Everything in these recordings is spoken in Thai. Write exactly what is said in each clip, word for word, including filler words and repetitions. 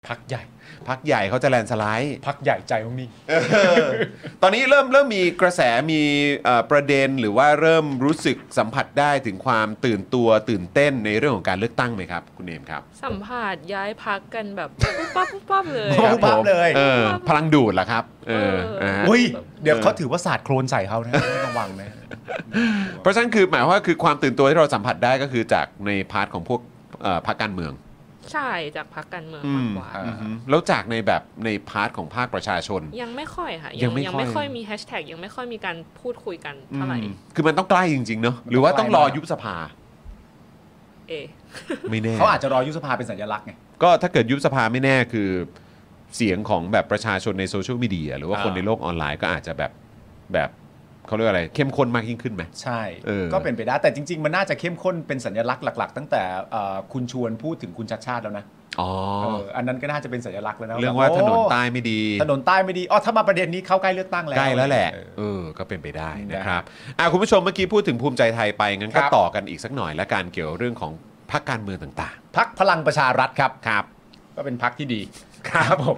พักใหญ่พักใหญ่เขาจะแลนสไลด์พักใหญ่ใจของนี่ตอนนี้เริ่มเริ่มมีกระแสมีประเด็นหรือว่าเริ่มรู้สึกสัมผัสได้ถึงความตื่นตัวตื่นเต้นในเรื่องของการเลือกตั้งไหมครับคุณเอมครับสัมผัสย้ายพักกันแบบปุ๊บปั๊บปุ๊บปั๊บเลยปุ๊บปั๊บเลยพลังดูดเหรอครับเอออุ้ยเดี๋ยวเขาถือว่าศาสตร์โคลนใส่เขานะระวังนะเพราะฉะนั้นคือหมายว่าคือความตื่นตัวที่เราสัมผัสได้ก็คือจากในพาร์ทของพวกพรรคการเมืองใช่จากพรรคการเมืองมากกว่าแล้วจากในแบบในพาร์ทของภาคประชาชนยังไม่ค่อยค่ะยังยังไม่ค่อยมีแฮชแท็กยังไม่ค่อยมีการพูดคุยกันเท่าไหร่คือมันต้องใกล้จริงๆเนอะหรือว่าต้องรอยุบสภาเอไม่แน่เขาอาจจะรอยุบสภาเป็นสัญลักษณ์ไงก็ถ้าเกิดยุบสภาไม่แน่คือเสียงของแบบประชาชนในโซเชียลมีเดียหรือว่าคนในโลกออนไลน์ก็อาจจะแบบแบบเขาเรียกอะไรเข้มข้นมากยิ่งขึ้นไหมใช่ก็เป็นไปได้แต่จริงๆมันน่าจะเข้มข้นเป็นสัญลักษณ์หลักๆตั้งแต่คุณชวนพูดถึงคุณชัดชาติแล้วนะอ๋ออันนั้นก็น่าจะเป็นสัญลักษณ์แล้วนะเรื่องว่าถนนใต้ไม่ดีถนนใต้ไม่ดีอ๋อถ้ามาประเด็นนี้เข้าใกล้เลือกตั้งแล้วใกล้แล้วแหละเออก็เป็นไปได้นะครับอ่ะคุณผู้ชมเมื่อกี้พูดถึงภูมิใจไทยไปงั้นก็ต่อกันอีกสักหน่อยและการเกี่ยวเรื่องของพรรคการเมืองต่างๆพรรคพลังประชารัฐครับครับก็เป็นพรรคที่ดีครับผม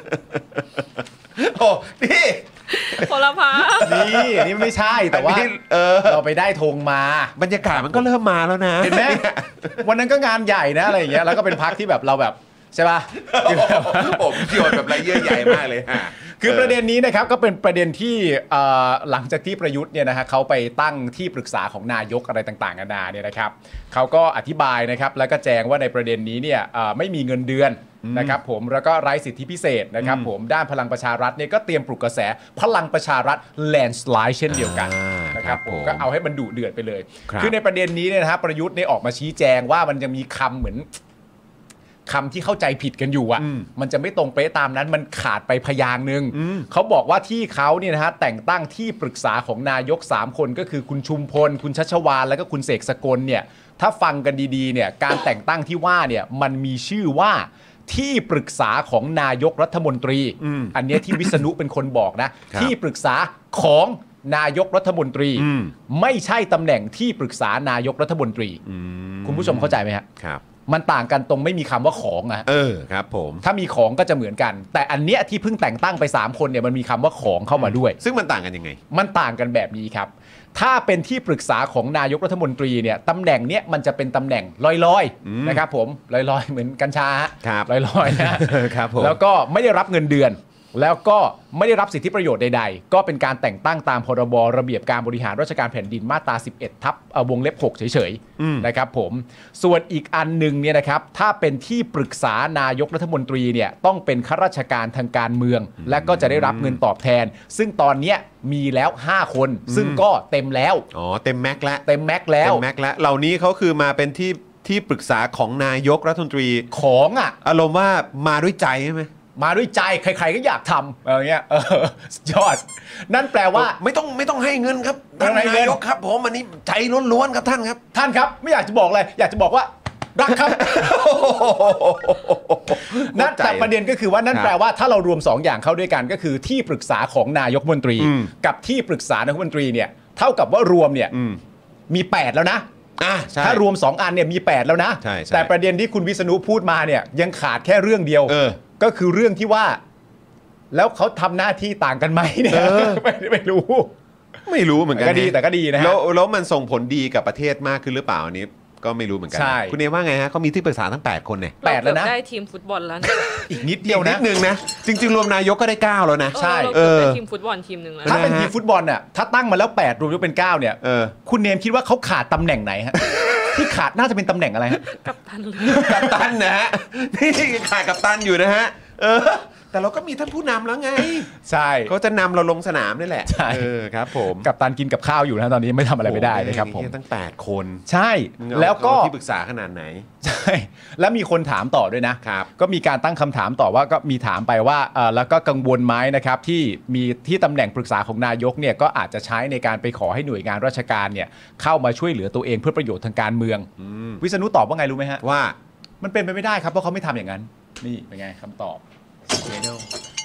โอ้นี่คนละพักนี่นี่ไม่ใช่แต่ว่าเราไปได้ธงมาบรรยากาศมันก็เริ่มมาแล้วนะเห็นไหมวันนั้นก็งานใหญ่นะอะไรอย่างเงี้ยแล้วก็เป็นพรรคที่แบบเราแบบใช่ป่ะผมโยนแบบไรเยื่อใหญ่มากเลยคือประเด็นนี้นะครับก็เป็นประเด็นที่หลังจากที่ประยุทธ์เนี่ยนะฮะเขาไปตั้งที่ปรึกษาของนายกอะไรต่างๆนานาเนี่ยนะครับเขาก็อธิบายนะครับแล้วก็แจ้งว่าในประเด็นนี้เนี่ยไม่มีเงินเดือนนะครับผมแล้วก็ไร้สิทธิพิเศษนะครับผมด้านพลังประชารัฐเนี่ยก็เตรียมปลุกกระแสพลังประชารัฐแลนสไลด์เช่นเดียวกันนะครับผมก็เอาให้มันดุเดือดไปเลยคือในประเด็นนี้เนี่ยนะฮะประยุทธ์เนี่ยออกมาชี้แจงว่ามันยังมีคำเหมือนคำที่เข้าใจผิดกันอยู่อ่ะมันจะไม่ตรงเป๊ะตามนั้นมันขาดไปพยางค์นึงเขาบอกว่าที่เขาเนี่ยนะฮะแต่งตั้งที่ปรึกษาของนายกสามคนก็คือคุณชุมพลคุณชัชวาลแล้วก็คุณเสกสกลเนี่ยถ้าฟังกันดีๆเนี่ยการแต่งตั้งที่ว่าเนี่ยมันมีชื่อว่าที่ปรึกษาของนายกรัฐมนตรี อ, อันนี้ที่วิษณุเป็นคนบอกนะที่ปรึกษาของนายกรัฐมนตรีไม่ใช่ตำแหน่งที่ปรึกษานายกรัฐมนตรีคุณผู้ชมเข้าใจไหมครับครับมันต่างกันตรงไม่มีคำว่าของอะเออครับผมถ้ามีของก็จะเหมือนกันแต่อันเนี้ยที่เพิ่งแต่งตั้งไปสามคนเนี่ยมันมีคำว่าของเข้ามาด้วยซึ่งมันต่างกันยังไงมันต่างกันแบบนี้ครับถ้าเป็นที่ปรึกษาของนายกรัฐมนตรีเนี่ยตำแหน่งเนี้ยมันจะเป็นตำแหน่งลอยๆนะครับผมลอยๆเหมือนกัญชาลอยๆนะครับผมแล้วก็ไม่ได้รับเงินเดือนแล้วก็ไม่ได้รับสิทธิประโยชน์ใดๆก็เป็นการแต่งตั้งตามพรบระเบียบการบริหารราชการแผ่นดินมาตราสิบเอ็ดทับวงเล็บหกเฉยๆนะครับผมส่วนอีกอันหนึ่งเนี่ยนะครับถ้าเป็นที่ปรึกษานายกรัฐมนตรีเนี่ยต้องเป็นข้าราชการทางการเมืองและก็จะได้รับเงินตอบแทนซึ่งตอนนี้มีแล้วห้าคนซึ่งก็เต็มแล้วอ๋อเต็มแม็กแล้วเต็มแม็กแล้วเต็มแม็กแล้วเหล่านี้เขาคือมาเป็นที่ที่ปรึกษาของนายกรัฐมนตรีของอ่ะอารมณ์ว่ามาด้วยใจใช่ไหมมาด้วยใจใครๆก็อยากทำอะไรเงี้ยยอดนั่นแปลว่าไม่ต้องไม่ต้องให้เงินครับท่านนายกครับผมอันนี้ใจล้วนๆครับท่านครับท่านครับไม่อยากจะบอกเลยอยากจะบอกว่ารักครับนั่นแต่ประเด็นก็คือว่านั่นแปลว่าถ้าเรารวมสองอย่างเข้าด้วยกันก็คือที่ปรึกษาของนายกรัฐมนตรีกับที่ปรึกษานายกรัฐมนตรีเนี่ยเท่ากับว่ารวมเนี่ยมีแปดแล้วนะถ้ารวมสองอันเนี่ยมีแปดแล้วนะแต่ประเด็นที่คุณวิษณุพูดมาเนี่ยยังขาดแค่เรื่องเดียวก็คือเรื่องที่ว่าแล้วเขาทำหน้าที่ต่างกันไหมเนี่ยไม่ไม่รู้ไม่รู้เหมือนกันก็ดีแต่ก็ดีนะฮะแล้วแล้วมันส่งผลดีกับประเทศมากขึ้นหรือเปล่าอันนี้ก็ไม่รู้เหมือนกันคุณเอว่าไงฮะเขามีที่ปรึกษาทั้งแปดคนเนี่ยแปดแล้วนะได้ทีมฟุตบอลแล้วอีกนิดเดียวนะนิดนึงนะจริงๆรวมนายกก็ได้เก้าแล้วนะใช่เออได้ทีมฟุตบอลทีมนึงแล้วถ้าเป็นทีมฟุตบอลน่ะถ้าตั้งมาแล้วแปดรวมแล้วเป็นเก้าเนี่ยคุณเนมคิดว่าเขาขาดตำแหน่งไหนฮะที่ขาดน่าจะเป็นตำแหน่งอะไรฮะกัปตันเลยกัปตันนะฮะนี่ขาดกัปตันอยู่นะฮะเออแต่เราก็มีท่านผู้นำแล้วไงใช่เขาจะนำเราลงสนามนี่แหละใช่เออครับผมกัปตันกินกับข้าวอยู่นะตอนนี้ไม่ทำอะไรไม่ได้เลยครับผมตั้งแปดคนใช่แล้วก็ที่ปรึกษาขนาดไหนใช่แล้วมีคนถามต่อด้วยนะครับก็มีการตั้งคำถามต่อว่าก็มีถามไปว่าเออแล้วก็กังวลไหมนะครับที่มีที่ตำแหน่งปรึกษาของนายกเนี่ยก็อาจจะใช้ในการไปขอให้หน่วยงานราชการเนี่ยเข้ามาช่วยเหลือตัวเองเพื่อประโยชน์ทางการเมืองวิษณุตอบว่าไงรู้ไหมฮะว่ามันเป็นไปไม่ได้ครับเพราะเขาไม่ทำอย่างนั้นนี่เป็นไงคำตอบก็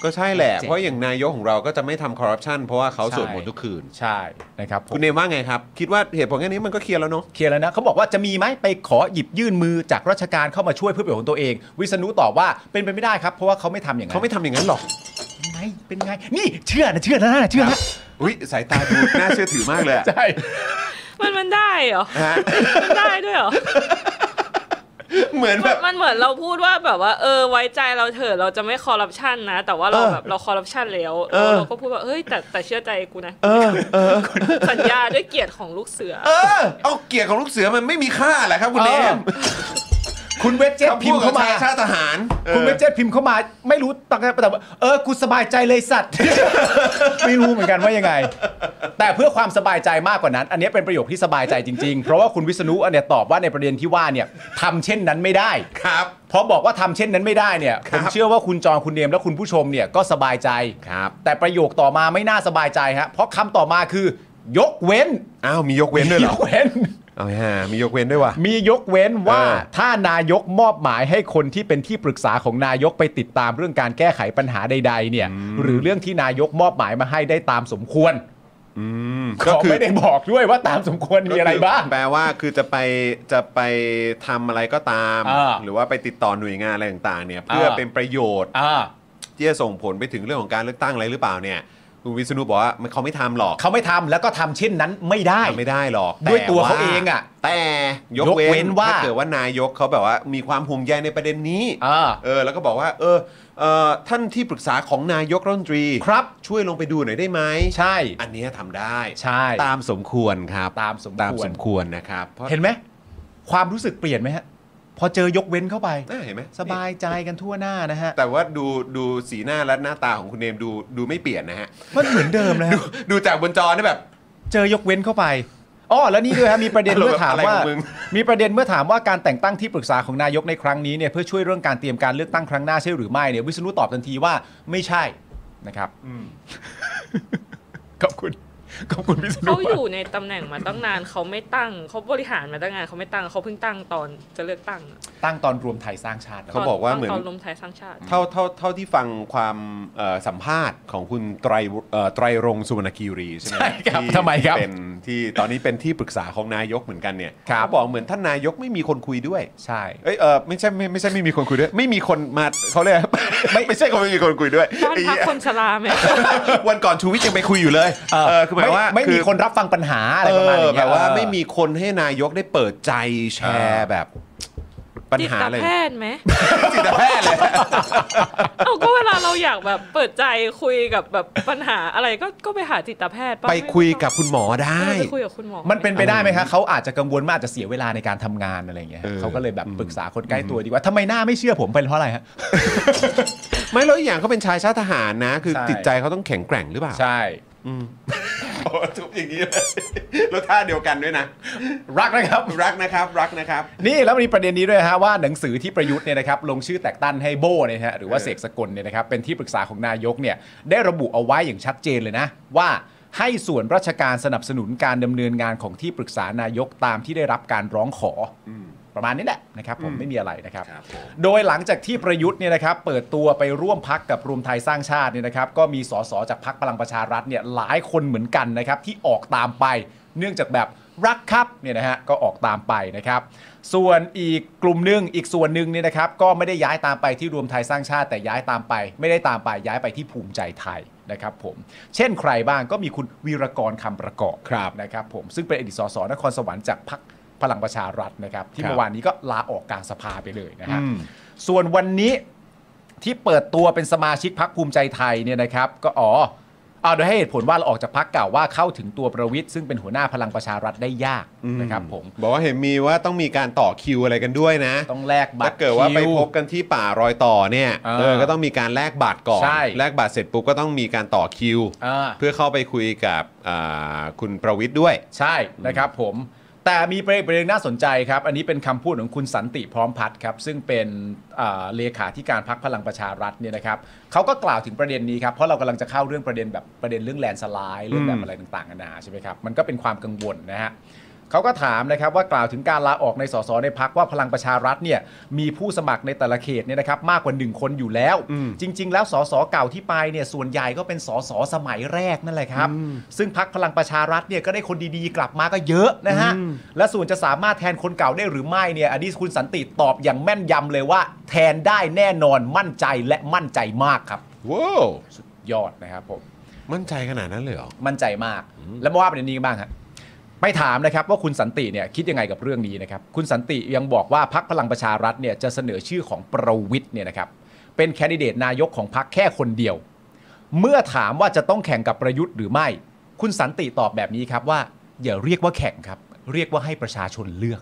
ก็ใช่แหละเพราะอย่างนายกของเราก็จะไม่ทำคอร์รัปชันเพราะว่าเขาสวดมนต์ทุกคืนใช่นะครับคุณเนมว่าไงครับคิดว่าเหตุผลแค่นี้มันก็เคลียร์แล้วเนาะเคลียร์แล้วนะเขาบอกว่าจะมีไหมไปขอหยิบยื่นมือจากราชการเข้ามาช่วยเพื่อประโยชน์ของตัวเองวิษณุตอบว่าเป็นไปไม่ได้ครับเพราะว่าเขาไม่ทำอย่างนั้นเขาไม่ทำอย่างนั้นหรอกไงเป็นไงนี่เชื่อนะเชื่อนะเชื่อนะอุ้ยสายตาดูน่าเชื่อถือมากเลยใช่มันมันได้เหรอมันได้ด้วยเหรอเหมือนแบบมันเหมือนเราพูดว่าแบบว่าเออไว้ใจเราเถอะเราจะไม่คอร์รัปชันนะแต่ว่าเราแบบเราคอร์รัปชันแล้วเราก็พูดว่าเฮ้ยแต่แต่เชื่อใจกูนะสัญญาด้วยเกียรติของลูกเสือเออเอาเกียรติของลูกเสือมันไม่มีค่าแหละครับคุณเนมคุณเวจเจ็ตพิมพ์เข้ามาชาติทหารคุณเวจเจ็ตพิมพ์เข้ามาไม่รู้ตั้งแต่แต่เออกูสบายใจเลยสัตว์ไม่รู้เหมือนกันว่ายังไงแต่เพื่อความสบายใจมากกว่านั้นอันนี้เป็นประโยคที่สบายใจจริงๆเพราะว่าคุณวิษณุเนี่ยตอบว่าในประเด็นที่ว่าเนี่ยทำเช่นนั้นไม่ได้ครับเพราะบอกว่าทำเช่นนั้นไม่ได้เนี่ยผมเชื่อว่าคุณจองคุณเนมและคุณผู้ชมเนี่ยก็สบายใจครับแต่ประโยคต่อมาไม่น่าสบายใจฮะเพราะคำต่อมาคือยกเว้นอ้าวมียกเว้นด้วยเหรอยกเว้นเอาฮะมียกเว้นด้วยวะมียกเว้นว่าถ้านายกมอบหมายให้คนที่เป็นที่ปรึกษาของนายกไปติดตามเรื่องการแก้ไขปัญหาใดๆเนี่ยหรือเรื่องที่นายกมอบหมายมาให้ได้ตามสมควรก็คือไม่ได้บอกด้วยว่าตามสมควรมีอะไรบ้างแปลว่าคือจะไปจะไปทำอะไรก็ตามหรือว่าไปติดต่อหน่วยงานอะไรต่างๆเนี่ยเพื่อเป็นประโยชน์ที่จะส่งผลไปถึงเรื่องของการเลือกตั้งอะไรหรือเปล่าเนี่ยคุณวิษณุบอกว่าเขาไม่ทำหรอกเขาไม่ทำแล้วก็ทำเช่นนั้นไม่ได้ไม่ได้หรอกด้วยตัวเขาเองอ่ะแต่ยกเว้นว่าถ้าเกิดว่านายกเขาแบบว่ามีความห่วงใยในประเด็นนี้เออแล้วก็บอกว่าเออเอ่อท่านที่ปรึกษาของนายกรัฐมนตรีครับช่วยลงไปดูหน่อยได้ไหมใช่อันนี้ทำได้ใช่ตามสมควรครับตามสมควรตามสมควรนะครับเห็นไหมความรู้สึกเปลี่ยนไหมฮะพอเจอยกเว้นเข้าไปเห็นไหมสบายใจกันทั่วหน้านะฮะแต่ว่าดูดูสีหน้าและหน้าตาของคุณเนมดูดูไม่เปลี่ยนนะฮะมันเหมือนเดิมนะดูดูจากบนจอนี่แบบเจอยกเว้นเข้าไปอ๋อแล้วนี่ด้วยฮะมีประเด็นเมื่อถามว่ามีประเด็นเมื่อถามว่าการแต่งตั้งที่ปรึกษาของนายกในครั้งนี้เนี่ยเพื่อช่วยเรื่องการเตรียมการเลือกตั้งครั้งหน้าใช่หรือไม่เนี่ยวิษณุตอบทันทีว่าไม่ใช่นะครับขอบคุณขอบคุณวิษณุเขาอยู่ในตำแหน่งมาตั้งนานเขาไม่ตั้งเขาบริหารมาตั้งนานเขาไม่ตั้งเขาเพิ่งตั้งตอนจะเลือกตั้งตั้งตอนรวมไทยสร้างชาติเขาบอกว่าเหมือนตอนรวมไทยสร้างชาติเท่าเท่าเท่าที่ฟังความสัมภาษณ์ของคุณไตรไตรรงค์สุวรรณคีรีใช่ไหมใช่ครับทำไมครับเป็นที่ตอนนี้เป็นที่ปรึกษาของนายกเหมือนกันเนี่ยเขาบอกเหมือนท่านนายกไม่มีคนคุยด้วยใช่เอ้ยเออไม่ใช่ไม่ไม่ใช่ไม่มีคนคุยด้วยไม่มีคนมาเขาเรียกไม่ไม่ใช่เขาไม่มีคนคุยด้วยบ้านพักคนชราไหมวันก่อนชูวิทย์ยังไปคุยอยู่เลยเออคือหมายว่าไม่มีคนรับฟังปัญหาอะไรประมาณนี้แบบว่าไม่มีคนให้นายกได้เปิดใจแชร์แบบปัญหาอะไรจิตแพทย์ไหมจิตแพทย์เลยเอาก็เวลาเราอยากแบบเปิดใจคุยกับแบบปัญหาอะไรก็ก็ไปหาจิตแพทย์ไปคุยกับคุณหมอได้ไปคุยกับคุณหมอมันเป็นไปได้ไหมคะเขาอาจจะกังวลมากจะเสียเวลาในการทำงานอะไรอย่างเงี้ยเขาก็เลยแบบปรึกษาคนใกล้ตัวดีกว่าทำไมหน้าไม่เชื่อผมเป็นเพราะอะไรฮะไม่แล้วอย่างเขาเป็นชายชาติทหารนะคือจิตใจเขาต้องแข็งแกร่งหรือเปล่าใช่โอ้ทุบอย่างนี้เลยแล้วท่าเดียวกันด้วยนะรักนะครับรักนะครับรักนะครับนี่แล้วมีประเด็นนี้ด้วยฮะว่าหนังสือที่ประยุทธ์เนี่ยนะครับลงชื่อแต่งตั้งให้โบ้เนี่ยฮะหรือว่าเสกสกลเนี่ยนะครับเป็นที่ปรึกษาของนายกเนี่ยได้ระบุเอาไว้อย่างชัดเจนเลยนะว่าให้ส่วนราชการสนับสนุนการดำเนินงานของที่ปรึกษานายกตามที่ได้รับการร้องขอประมาณนี้แหละนะครับผมไม่มีอะไรนะครับโดยหลังจากที่ประยุทธ์เนี่ยนะครับเปิดตัวไปร่วมพักกับรวมไทยสร้างชาติเนี่ยนะครับก็มีสสจากพรรคพลังประชารัฐเนี่ยหลายคนเหมือนกันนะครับที่ออกตามไปเนื่องจากแบบรักครับเนี่ยนะฮะก็ออกตามไปนะครับส่วนอีกกลุ่มนึงอีกส่วนหนึ่งเนี่ยนะครับก็ไม่ได้ย้ายตามไปที่รวมไทยสร้างชาติแต่ย้ายตามไปไม่ได้ตามไปย้ายไปที่ภูมิใจไทยนะครับผมเช่นใครบ้างก็มีคุณวีรกรคำประกอบนะครับผมซึ่งเป็นอดีตสสนครสวรรค์จากพรรคพลังประชารัฐนะครับที่เมื่อวานนี้ก็ลาออกกลางสภาไปเลยนะฮะส่วนวันนี้ที่เปิดตัวเป็นสมาชิกพรรคภูมิใจไทยเนี่ยนะครับก็อ๋อเอาโดยให้เหตุผลว่าเราออกจากพรรคเก่าว่าเข้าถึงตัวประวิตรซึ่งเป็นหัวหน้าพลังประชารัฐได้ยากนะครับผมบอกว่าเห็นมีว่าต้องมีการต่อคิวอะไรกันด้วยนะต้องแลกบัตรถ้าเกิดว่าไปพบกันที่ป่ารอยต่อเนี่ยเออก็ต้องมีการแลกบัตรก่อนแลกบัตรเสร็จปุ๊บก็ต้องมีการต่อคิวเพื่อเข้าไปคุยกับคุณประวิตรด้วยใช่นะครับผมแต่มีประเด็นน่าสนใจครับอันนี้เป็นคำพูดของคุณสันติพร้อมพัฒน์ครับซึ่งเป็นเลขาธิการพรรคพลังประชารัฐเนี่ยนะครับเขาก็กล่าวถึงประเด็นนี้ครับเพราะเรากำลังจะเข้าเรื่องประเด็นแบบประเด็นเรื่องแลนด์สไลด์เรื่องแบบอะไรต่างๆนานาใช่ไหมครับมันก็เป็นความกังวลนะฮะเขเขาก็ถามนะครับว่ากล่าวถึงการลาออกในสสในพรรคว่าพลังประชารัฐเนี่ยมีผู้สมัครในแต่ละเขตเนี่ยนะครับมากกว่าหนึ่งคนอยู่แล้วจริงๆแล้วสสเก่าที่ไปเนี่ยส่วนใหญ่ก็เป็นสสสมัยแรกนั่นแหละครับซึ่งพรรคพลังประชารัฐเนี่ยก็ได้คนดีๆกลับมาก็เยอะนะฮะและส่วนจะสามารถแทนคนเก่าได้หรือไม่เนี่ยอันนี้คุณสันติตอบอย่างแม่นยำเลยว่าแทนได้แน่นอนมั่นใจและมั่นใจมากครับว้าวสุดยอดนะครับผมมั่นใจขนาดนั้นเลยเหรอมั่นใจมากแล้วมาว่าประเด็นนี้บ้างฮะไปถามนะครับว่าคุณสันติเนี่ยคิดยังไงกับเรื่องนี้นะครับคุณสันติยังบอกว่าพรรคพลังประชารัฐเนี่ยจะเสนอชื่อของประวิตรเนี่ยนะครับเป็นแคนดิเดตนายกของพรรคแค่คนเดียวเมื่อถามว่าจะต้องแข่งกับประยุทธ์หรือไม่คุณสันติตอบแบบนี้ครับว่าอย่าเรียกว่าแข่งครับเรียกว่าให้ประชาชนเลือก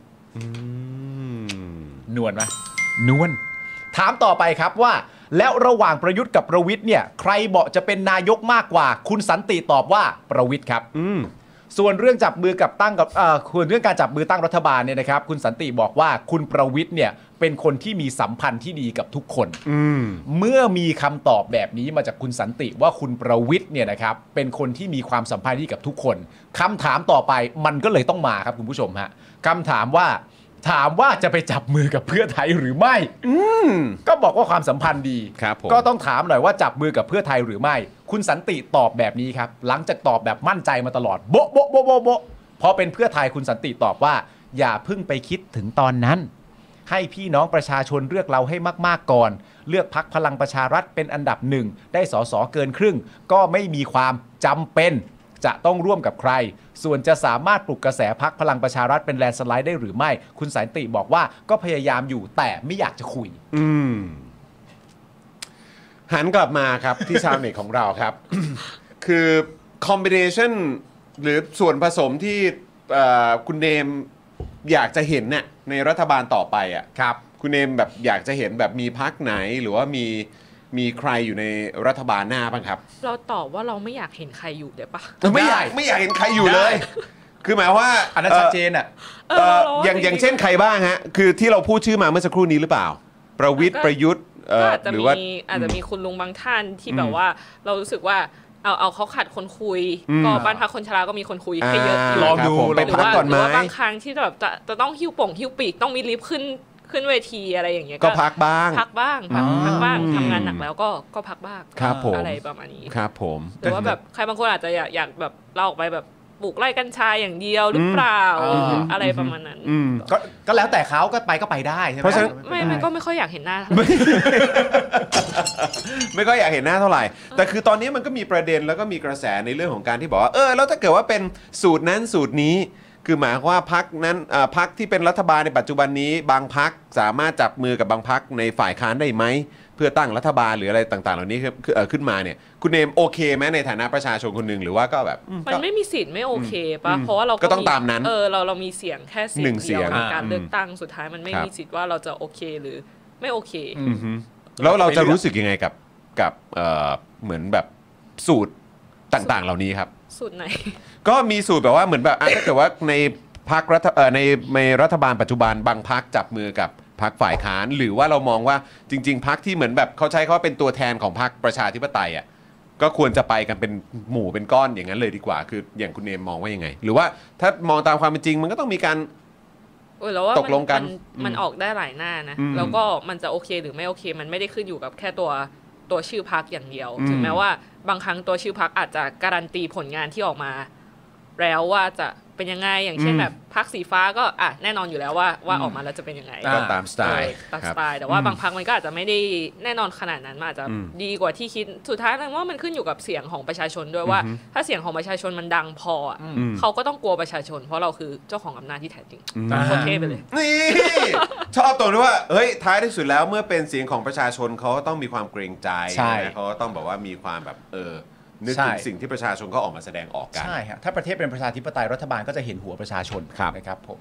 นวลไหมนวลถามต่อไปครับว่าแล้วระหว่างประยุทธ์กับประวิตรเนี่ยใครเหมาะจะเป็นนายกมากกว่าคุณสันติตอบว่าประวิตรครับส่วนเรื่องจับมือกับตั้งกับเอ่อส่วนเรื่องการจับมือตั้งรัฐบาลเนี่ยนะครับคุณสันติบอกว่าคุณประวิตรเนี่ยเป็นคนที่มีสัมพันธ์ที่ดีกับทุกคนเมื่อมีคำตอบแบบนี้มาจากคุณสันติว่าคุณประวิตรเนี่ยนะครับเป็นคนที่มีความสัมพันธ์ที่กับทุกคนคำถามต่อไปมันก็เลยต้องมาครับคุณผู้ชมฮะคำถามว่าถามว่าจะไปจับมือกับเพื่อไทยหรือไม่ก็บอกว่าความสัมพันธ์ดีก็ต้องถามหน่อยว่าจับมือกับเพื่อไทยหรือไม่คุณสันติตอบแบบนี้ครับหลังจากตอบแบบมั่นใจมาตลอดโบ๊ะโบ๊ะโบ๊ะโบ๊ะโบ๊ะพอเป็นเพื่อไทยคุณสันติตอบว่าอย่าเพิ่งไปคิดถึงตอนนั้นให้พี่น้องประชาชนเลือกเราให้มากๆก่อนเลือกพรรคพลังประชารัฐเป็นอันดับหนึ่งได้สสเกินครึ่งก็ไม่มีความจำเป็นจะต้องร่วมกับใครส่วนจะสามารถปลุกกระแสพรรคพลังประชารัฐเป็นแลนด์สไลด์ได้หรือไม่คุณสันติบอกว่าก็พยายามอยู่แต่ไม่อยากจะคุยอืมหันกลับมาครับ ที่ชาวเน็ตของเราครับ คือคอมบิเนชันหรือส่วนผสมที่คุณเนมอยากจะเห็นเนี่ยในรัฐบาลต่อไปอ่ะครับคุณเนมแบบอยากจะเห็นแบบมีพรรคไหนหรือว่ามีมีใครอยู่ในรัฐบาลหน้าบ้างครับเราตอบว่าเราไม่อยากเห็นใครอยู่เดี๋ยวปะไม่อยากไม่อยากเห็นใครอยู่เลยคือหมายว่าอันนั้นชัดเจนอ่ะอย่างอย่างเช่นใครบ้างฮะคือที่เราพูดชื่อมาเมื่อสักครู่นี้หรือเปล่าประวิตรประยุทธ์หรือว่าอาจจะมีคุณลุงบางท่านที่แบบว่าเรารู้สึกว่าเอาเอาเขาขาดคนคุยก็บ้านพักคนชราก็มีคนคุยให้เยอะลองดูไปพักก่อนไหมหรือว่าบางครั้งที่แบบจะจะต้องหิ้วป่งหิ้วปีกต้องมีลิฟต์ขึ้นขึ้นเวทีอะไรอย่างเงี้ยก็พักบ้างพักบ้างพักพักบ้างทำงานหนักแล้วก็ก็พักบ้างอะไรประมาณนี้ครับผมหรือว่าแบบใครบางคนอาจจะอยากอยากแบบเราออกไปแบบปลูกไร่กัญชาอย่างเดียวหรือเปล่าอะไรประมาณนั้นก็ก็แล้วแต่เขาก็ไปก็ไปได้ใช่ไหมไม่ไม่ก็ไม่ค่อยอยากเห็นหน้าไม่ก็อยากเห็นหน้าเท่าไหร่แต่คือตอนนี้มันก็มีประเด็นแล้วก็มีกระแสในเรื่องของการที่บอกว่าเออแล้วถ้าเกิดว่าเป็นสูตรนั้นสูตรนี้คือหมายว่าพรรคนั้นพรรคที่เป็นรัฐบาลในปัจจุบันนี้บางพรรคสามารถจับมือกับบางพรรคในฝ่ายค้านได้ไหมเพื่อตั้งรัฐบาลหรืออะไรต่างๆเหล่านี้ขึ้นมาเนี่ยคุณเนมโอเคไหมในฐานะประชาชนคนหนึ่งหรือว่าก็แบบมันไม่มีสิทธิ์ไม่โอเคป่ะเพราะว่าเราก็ต้องตามนั้นเออเราเรามีเสียงแค่เสียงเดียวในการเลือกตั้งสุดท้ายมันไม่มีสิทธิ์ว่าเราจะโอเคหรือไม่โอเคแล้วเราจะรู้สึกยังไงกับกับเหมือนแบบสูตรต่างๆเหล่านี้ครับสูตรไหนก็มีสูตรแบบว่าเหมือนแบบถ้าเกิดว่าในพรรครัฐเอ่อในในรัฐบาลปัจจุบันบางพรรคจับมือกับพรรคฝ่ายค้านหรือว่าเรามองว่าจริงๆพรรคที่เหมือนแบบเขาใช้คำว่าเป็นตัวแทนของพรรคประชาธิปไตยอ่ะก็ควรจะไปกันเป็นหมู่เป็นก้อนอย่างนั้นเลยดีกว่าคืออย่างคุณเนมมองว่ายังไงหรือว่าถ้ามองตามความเป็นจริงมันก็ต้องมีการตกลงกันมันออกได้หลายหน้านะแล้วก็มันจะโอเคหรือไม่โอเคมันไม่ได้ขึ้นอยู่กับแค่ตัวตัวชื่อพรรคอย่างเดียวถึงแม้ว่าบางครั้งตัวชื่อพรรคอาจจะการันตีผลงานที่ออกมาแล้วว่าจะเป็นยังไงอย่างเช่นแบบพรรคสีฟ้าก็อ่ะแน่นอนอยู่แล้วว่าว่าออกมาแล้วจะเป็นยังไงก็ตามสไตล์ตามสไตล์แต่ว่าบางพรรคมันก็อาจจะไม่ได้แน่นอนขนาดนั้นมันอาจจะดีกว่าที่คิดสุดท้ายแล้วว่ามันขึ้นอยู่กับเสียงของประชาชนด้วยว่าถ้าเสียงของประชาชนมันดังพอเขาก็ต้องกลัวประชาชนเพราะเราคือเจ้าของอำนาจที่แท้จริงโคตรเท่ไปเลยนี่ชอบตรงที่ว่าเฮ้ยท้ายที่สุดแล้วเมื่อเป็นเสียงของประชาชนเขาต้องมีความเกรงใจเขาต้องแบบว่ามีความแบบเออนึกถึงสิ่งที่ประชาชนก็ออกมาแสดงออกกันใช่ครับถ้าประเทศเป็นประชาธิปไตยรัฐบาลก็จะเห็นหัวประชาชนนะครับผม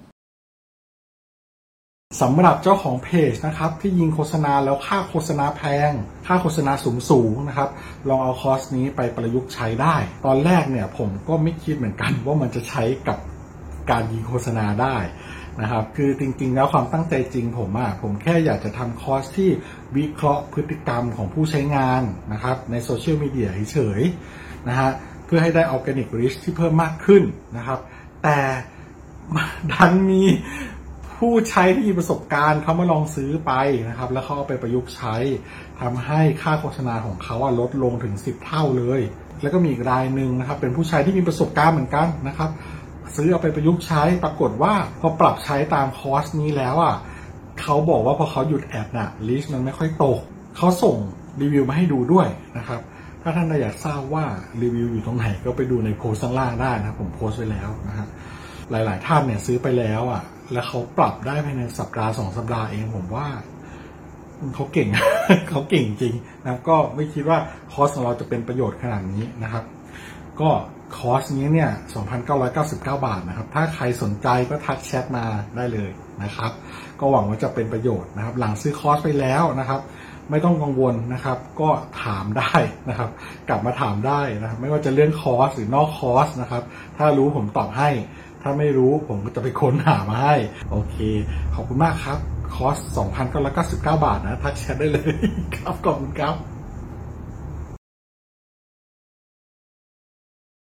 สำหรับเจ้าของเพจนะครับที่ยิงโฆษณาแล้วค่าโฆษณาแพงค่าโฆษณาสูงสูงนะครับลองเอาคอร์สนี้ไปประยุกต์ใช้ได้ตอนแรกเนี่ยผมก็ไม่คิดเหมือนกันว่ามันจะใช้กับการยิงโฆษณาได้นะครับคือจริงๆแล้วความตั้งใจจริงผมอะผมแค่อยากจะทำคอร์สที่วิเคราะห์พฤติกรรมของผู้ใช้งานนะครับในโซเชียลมีเดียเฉยๆนะฮะเพื่อให้ได้ออร์แกนิกรีชที่เพิ่มมากขึ้นนะครับแต่ดันมีผู้ใช้ที่มีประสบการณ์เขามาลองซื้อไปนะครับแล้วเขาเอาไปประยุกต์ใช้ทำให้ค่าโฆษณาของเขาลดลงถึงสิบเท่าเลยแล้วก็มีอีกรายหนึ่งนะครับเป็นผู้ใช้ที่มีประสบการณ์เหมือนกันนะครับซื้อเอาไปประยุกต์ใช้ปรากฏว่าพอปรับใช้ตามคอร์สนี้แล้วอ่ะเขาบอกว่าพอเขาหยุดแอดน่ะลิสต์มันไม่ค่อยตกเขาส่งรีวิวมาให้ดูด้วยนะครับถ้าท่านอยากทราบว่ารีวิวอยู่ตรงไหนก็ไปดูในโพสต์ข้างล่างได้นะครับผมโพสต์ไว้แล้วนะฮะหลายๆท่านเนี่ยซื้อไปแล้วอ่ะแล้วเขาปรับได้ภายในสัปดาห์สองสัปดาห์เองผมว่าเขาเก่ง เขาเก่งจริงนะก็ไม่คิดว่าคอร์สของเราจะเป็นประโยชน์ขนาดนี้นะครับก็คอร์สนี้เนี่ย สองพันเก้าร้อยเก้าสิบเก้า บาทนะครับถ้าใครสนใจก็ทักแชทมาได้เลยนะครับก็หวังว่าจะเป็นประโยชน์นะครับหลังซื้อคอร์สไปแล้วนะครับไม่ต้องกังวลนะครับก็ถามได้นะครับกลับมาถามได้นะครับไม่ว่าจะเรื่องคอร์สหรือนอกคอร์สนะครับถ้ารู้ผมตอบให้ถ้าไม่รู้ผมก็จะไปค้นหามาให้โอเคขอบคุณมากครับคอร์ส สองพันเก้าร้อยเก้าสิบเก้า บาทนะทักแชทได้เลยครับขอบคุณครับ